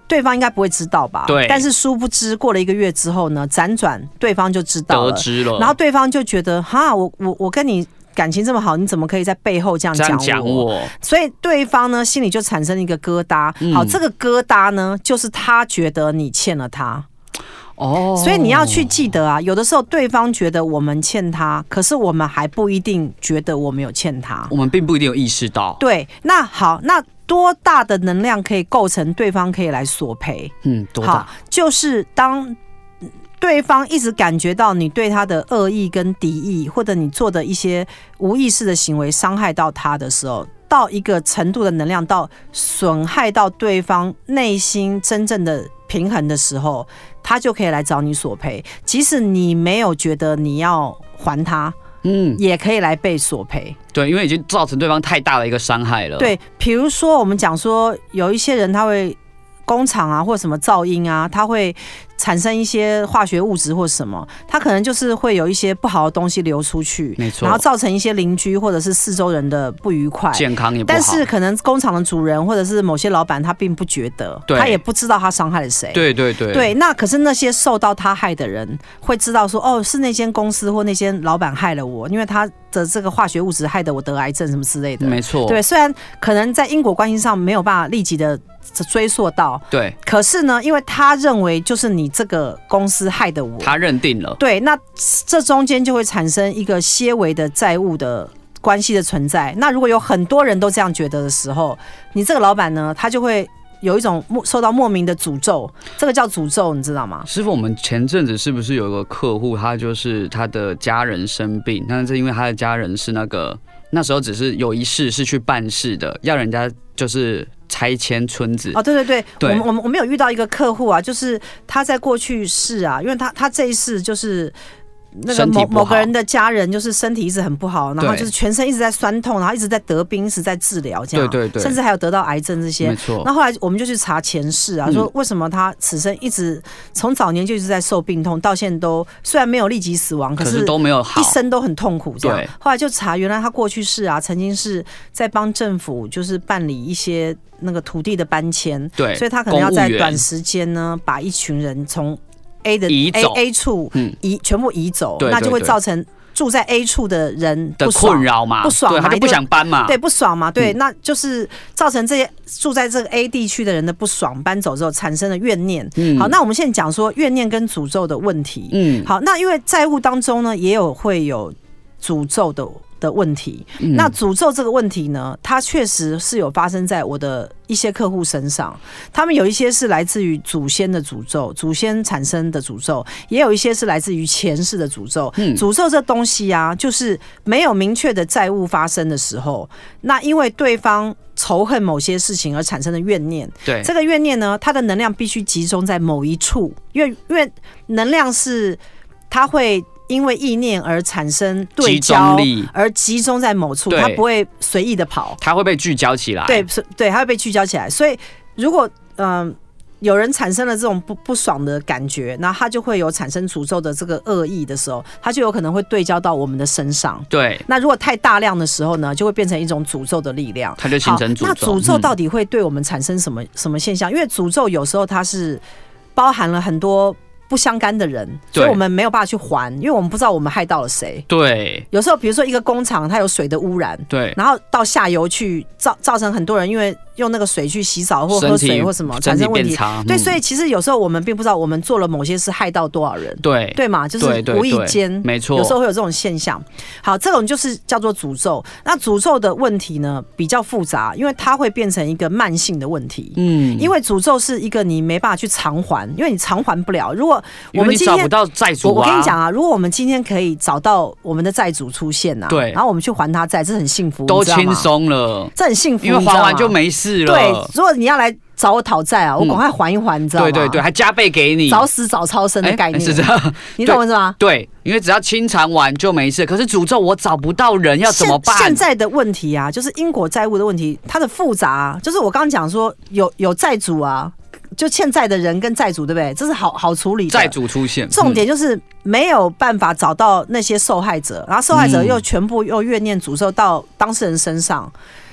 对方应该不会知道吧？ 对。 但是殊不知，过了一个月之后呢，辗转对方就知道了， 得知了， 然后对方就觉得，哈，我我我跟你感情这么好，你怎么可以在背后这样讲我？ 讲我， 所以对方呢心里就产生一个疙瘩。嗯、好，这个疙瘩呢，就是他觉得你欠了他。哦，所以你要去记得啊，有的时候对方觉得我们欠他，可是我们还不一定觉得我们有欠他， 我们并不一定有意识到。 对，那好，那多大的能量可以构成对方可以来索赔？ 嗯，多大？ 好，就是当对方一直感觉到你对他的恶意跟敌意，或者你做的一些无意识的行为伤害到他的时候，到一个程度的能量到损害到对方内心真正的平衡的时候，他就可以来找你索赔，即使你没有觉得你要还他，嗯，也可以来被索赔。 对，因为已经造成对方太大的一个伤害了。 对，比如说我们讲说，有一些人他会工厂啊，或什么噪音啊，他会产生一些化学物质或什么，它可能就是会有一些不好的东西流出去， 没错， 然后造成一些邻居或者是四周人的不愉快， 健康也不好。 但是可能工厂的主人或者是某些老板他并不觉得，他也不知道他伤害了谁。 对对对对，那可是那些受到他害的人会知道说，哦，是那间公司或那间老板害了我，因为他的这个化学物质害得我得癌症什么之类的。 没错， 对，虽然可能在因果关系上没有办法立即的追溯到， 对， 可是呢，因为他认为就是你这个公司害的我， 他认定了， 对，那这中间就会产生一个些微的债务的关系的存在。那如果有很多人都这样觉得的时候，你这个老板呢，他就会有一种受到莫名的诅咒，这个叫诅咒，你知道吗？ 师父，我们前阵子是不是有一个客户，他就是他的家人生病，但是因为他的家人是那个那时候只是有一事是去办事的，要人家就是拆迁村子。 哦，对对对， 对， 我们我们我们有遇到一个客户啊，就是他在过去世啊，因为他他这一世就是那个某某个人的家人就是身体一直很不好，然后就是全身一直在酸痛，然后一直在得病，一直在治疗，这样， 对对对， 甚至还有得到癌症这些。 没错。 那后来我们就去查前世啊，说为什么他此生一直从早年就一直在受病痛，到现在都虽然没有立即死亡，可是都没有好， 一生都很痛苦这样。 对。 后来就查，原来他过去世啊，曾经是在帮政府就是办理一些那个土地的搬迁， 对， 所以他可能要在短时间呢把一群人从A 的 A A 处移、嗯、全部移走， 对对对， 那就会造成住在 A 处的人的困扰嘛， 不爽嘛， 他就不想搬嘛， 对，不爽嘛，对，嗯、那就是造成这些住在这个 A 地区的人的不爽，搬走之后产生了怨念。嗯、好，那我们现在讲说怨念跟诅咒的问题。嗯，好，那因为债务当中呢，也有会有诅咒的。的问题，嗯、那诅咒这个问题呢，它确实是有发生在我的一些客户身上。他们有一些是来自于祖先的诅咒，祖先产生的诅咒，也有一些是来自于前世的诅咒。嗯、诅咒这东西啊，就是没有明确的债务发生的时候，那因为对方仇恨某些事情而产生的怨念， 对这个怨念呢，它的能量必须集中在某一处，因为因为能量是它会。因为意念而产生对焦，而集中在某处，它不会随意的跑， 它会被聚焦起来。 对对，它会被聚焦起来。所以，如果嗯、呃、有人产生了这种不不爽的感觉，那他就会有产生诅咒的这个恶意的时候，他就有可能会对焦到我们的身上。 对。 那如果太大量的时候呢，就会变成一种诅咒的力量， 它就形成诅咒。 那诅咒到底会对我们产生什么、嗯、什么现象？因为诅咒有时候它是包含了很多。不相干的人，所以我们没有办法去还，因为我们不知道我们害到了谁。 对， 有时候比如说一个工厂，它有水的污染， 对， 然后到下游去造造成很多人因为用那个水去洗澡或喝水或什么产生问题。对，所以其实有时候我们并不知道我们做了某些事害到多少人。 对， 对嘛，就是无意间， 没错， 有时候会有这种现象。好，这种就是叫做诅咒。那诅咒的问题呢比较复杂，因为它会变成一个慢性的问题。嗯，因为诅咒是一个你没办法去偿还，因为你偿还不了。如果我们今天找不到债主、啊、 我, 我跟你讲啊，如果我们今天可以找到我们的债主出现啊， 对， 然后我们去还他债，这很幸福， 都轻松了， 这很幸福， 因为还完就没事了。 对，如果你要来找我讨债啊，我赶快还一还，你知道吗？ 对对对，还加倍给你， 早死早超生的概念，欸、 是这样， 你懂我意思吗？ 对，因为只要清偿完就没事。可是诅咒我找不到人，要怎么办？ 现在的问题啊，就是因果债务的问题，它的复杂、啊，就是我刚刚讲说有有债主啊。就欠债的人跟债主，对不对？这是好好处理的。 债主出现， 重点就是没有办法找到那些受害者，然后受害者又全部又怨念诅咒到当事人身上。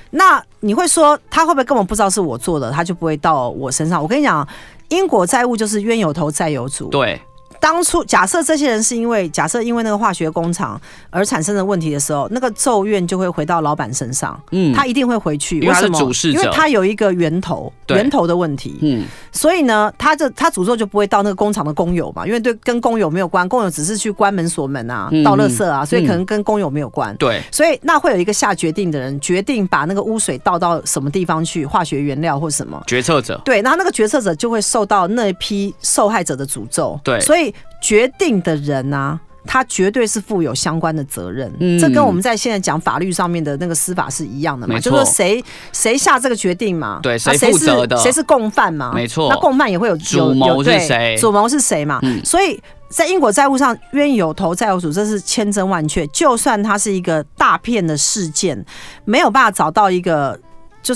那你会说他会不会根本不知道是我做的，他就不会到我身上？我跟你讲，因果债务就是冤有头债有主。 对。 当初假设这些人是因为假设因为那个化学工厂而产生的问题的时候，那个咒怨就会回到老板身上，嗯，他一定会回去， 因为他是主事者， 因为他有一个源头，源头的问题，嗯，所以呢，他这他诅咒就不会到那个工厂的工友嘛，因为对跟工友没有关，工友只是去关门锁门啊，倒垃圾啊，所以可能跟工友没有关， 对， 所以那会有一个下决定的人，决定把那个污水倒到什么地方去，化学原料或什么， 决策者， 对，然后那个决策者就会受到那一批受害者的诅咒， 对， 所以。决定的人啊，他绝对是负有相关的责任。嗯，这跟我们在现在讲法律上面的那个司法是一样的嘛，就是说谁谁下这个决定嘛， 对，谁负责的， 谁是共犯嘛， 没错。 那共犯也会有主谋是谁， 主谋是谁嘛？嗯，所以在因果债务上，冤有头债有主，这是千真万确。就算它是一个大片的事件，没有办法找到一个就是。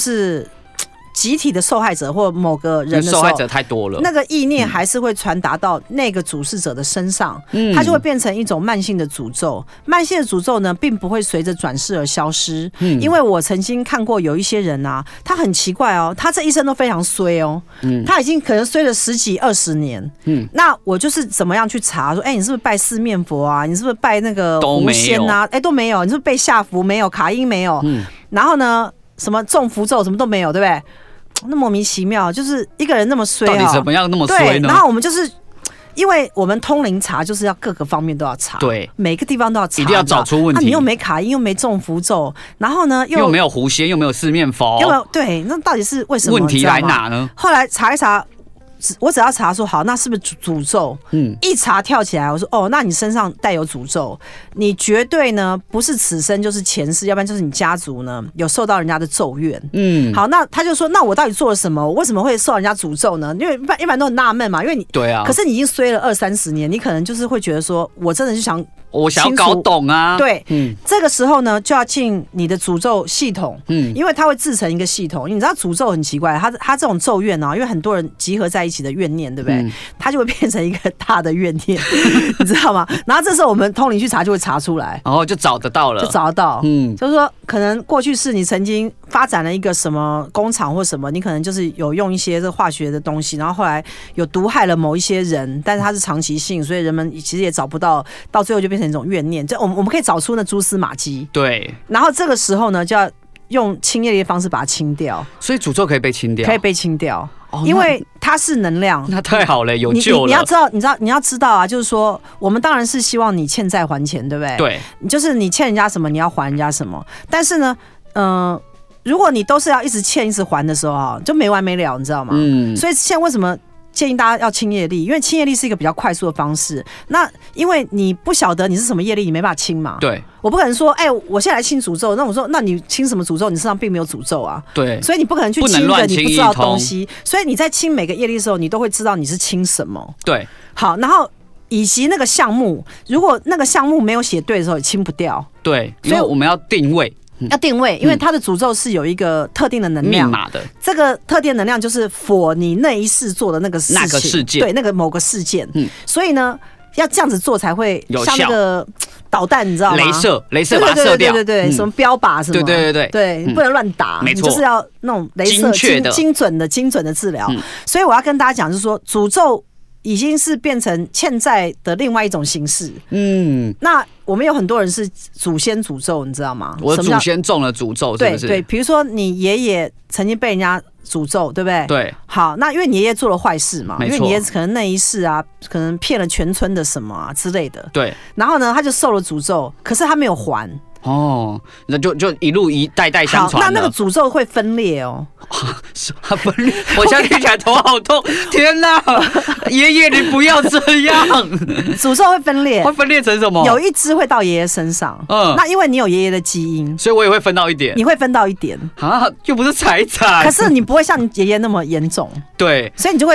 集体的受害者或某个人的时候， 受害者太多了， 那个意念还是会传达到那个主事者的身上，嗯，它就会变成一种慢性的诅咒。慢性的诅咒呢，并不会随着转世而消失，嗯，因为我曾经看过有一些人啊，他很奇怪哦，他这一生都非常衰哦，嗯，他已经可能衰了十几二十年，嗯，那我就是怎么样去查说，哎、欸，你是不是拜四面佛啊？你是不是拜那个狐仙啊？哎、欸，都没有，你是不是被下符没有？卡音没有，嗯，然后呢？什么中符咒什么都没有，对不对？那莫名其妙，就是一个人那么衰啊， 到底怎么样那么衰呢？ 对，然后我们就是因为我们通灵查，就是要各个方面都要查， 对， 每个地方都要查， 一定要找出问题。 啊、你又没卡音，又没中符咒，然后呢又又没有狐仙，又没有四面佛， 又没有对，那到底是为什么？ 问题来哪呢？ 后来查一查。我只要查说好，那是不是诅咒？嗯，一查跳起来，我说哦，那你身上带有诅咒，你绝对呢不是此生就是前世，要不然就是你家族呢有受到人家的咒怨。嗯，好，那他就说，那我到底做了什么？我为什么会受人家诅咒呢？因为一般一般都很纳闷嘛，因为你对啊， 可是你已经衰了二三十年，你可能就是会觉得说，我真的就想。 我想要搞懂啊， 对，嗯，这个时候呢，就要进你的诅咒系统，嗯，因为它会制成一个系统。你知道诅咒很奇怪，它它这种咒怨啊，因为很多人集合在一起的怨念，对不对？嗯、它就会变成一个大的怨念，你知道吗？然后这时候我们通灵去查，就会查出来， 然后就找得到了， 就找得到，嗯，就是说可能过去是你曾经发展了一个什么工厂或什么，你可能就是有用一些这化学的东西，然后后来有毒害了某一些人，但是它是长期性，所以人们其实也找不到，到最后就变成一种怨念。这我们我们可以找出那蛛丝马迹， 对。 然后这个时候呢，就要用清业力的方式把它清掉。 所以诅咒可以被清掉， 可以被清掉，哦、因为它是能量。 那太好了，有救了。 你, 你, 你要知道，你知道，你要知道啊，就是说，我们当然是希望你欠债还钱，对不对？ 对。 就是你欠人家什么，你要还人家什么。但是呢，嗯、呃，如果你都是要一直欠一直还的时候啊，就没完没了，你知道吗？嗯。所以现在为什么？建议大家要清业力，因为清业力是一个比较快速的方式。那因为你不晓得你是什么业力，你没办法清嘛。 对， 我不可能说，哎、欸，我现在来清诅咒。那我说，那你清什么诅咒？你身上并没有诅咒啊。 对， 所以你不可能去清一个你不知道的东西。所以你在清每个业力的时候，你都会知道你是清什么。 对， 好，然后以及那个项目，如果那个项目没有写对的时候，也清不掉。 对，所以我们要定位。 要定位，因为它的诅咒是有一个特定的能量， 密码的。 这个特定能量就是for你那一世做的那个事情， 那个事件， 对，那个某个事件。嗯，所以呢，要这样子做才会像那个导弹，你知道吗？ 雷射，雷射把它射掉， 对对对对对，嗯、什么标靶什么， 对对对对， 对，嗯、不能乱打， 没错， 你就是要那种雷射精精准的、精准的治疗。嗯、所以我要跟大家讲，就是说诅咒。已经是变成欠债的另外一种形式。嗯，那我们有很多人是祖先诅咒，你知道吗？ 我的祖先中了诅咒，是不是？ 对对，比如说你爷爷曾经被人家诅咒，对不对？ 对。 好，那因为你爷爷做了坏事嘛，因为你爷爷可能那一世啊，可能骗了全村的什么啊之类的。 对。 然后呢，他就受了诅咒，可是他没有还。 哦，那就就一路一代代相传。 那那个诅咒会分裂哦， 它分裂，我现在听起来头好痛！天哪，爷爷你不要这样！ 诅咒会分裂， 会分裂成什么？ 有一只会到爷爷身上，嗯，那因为你有爷爷的基因， 所以我也会分到一点。 你会分到一点啊，又不是财产， 可是你不会像你爷爷那么严重， 对， 所以你就会。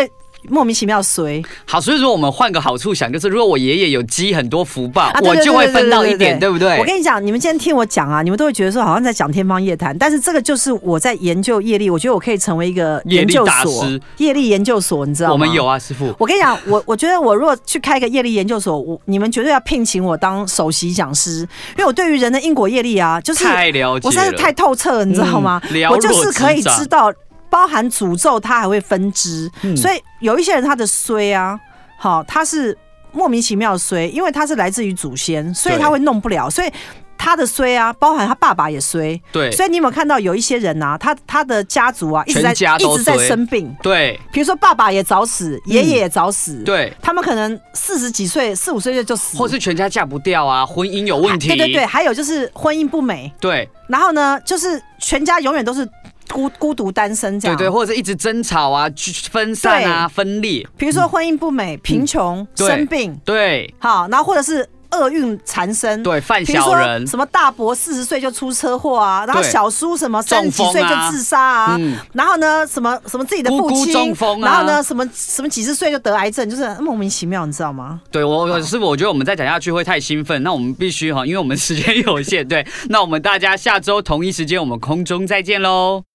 莫名其妙衰。 好，所以说我们换个好处想，就是如果我爷爷有积很多福报， 啊、 我就会分到一点，对不对？ 我跟你讲，你们今天听我讲啊，你们都会觉得说好像在讲天方夜谭，但是这个就是我在研究业力，我觉得我可以成为一个研究所，业力研究所，你知道吗？ 我们有啊，师父。 我跟你讲，我我觉得我如果去开个业力研究所，我你们绝对要聘请我当首席讲师，因为我对于人的因果业力啊，就是太了解了， 我实在是太透彻了，你知道吗？ 嗯、 我就是可以知道。包含诅咒，它还会分支、嗯，所以有一些人他的衰啊，好，他是莫名其妙的衰，因为他是来自于祖先，所以他会弄不了，所以他的衰啊，包含他爸爸也衰， 对， 所以你有没有看到有一些人啊，他他的家族啊一直在一直在生病， 对， 比如说爸爸也早死，爷爷也早死， 对， 他们可能四十几岁、四五岁就死， 或是全家嫁不掉啊，婚姻有问题， 对对对，还有就是婚姻不美， 对， 然后呢，就是全家永远都是。孤孤独单身这样， 对对，或者是一直争吵啊、分散啊、分裂。 比如说婚姻不美、贫穷、嗯、生病， 对， 好，然后或者是厄运缠身， 对，犯小人， 比如说什么大伯四十岁就出车祸啊，然后小叔什么三十几岁就自杀啊，嗯、然后呢什么什么自己的父亲， 中风啊， 然后呢什么什么几十岁就得癌症，就是莫名其妙，你知道吗？ 对我师父，我觉得我们再讲下去会太兴奋，那我们必须哈，因为我们时间有限，对，那我们大家下周同一时间我们空中再见喽。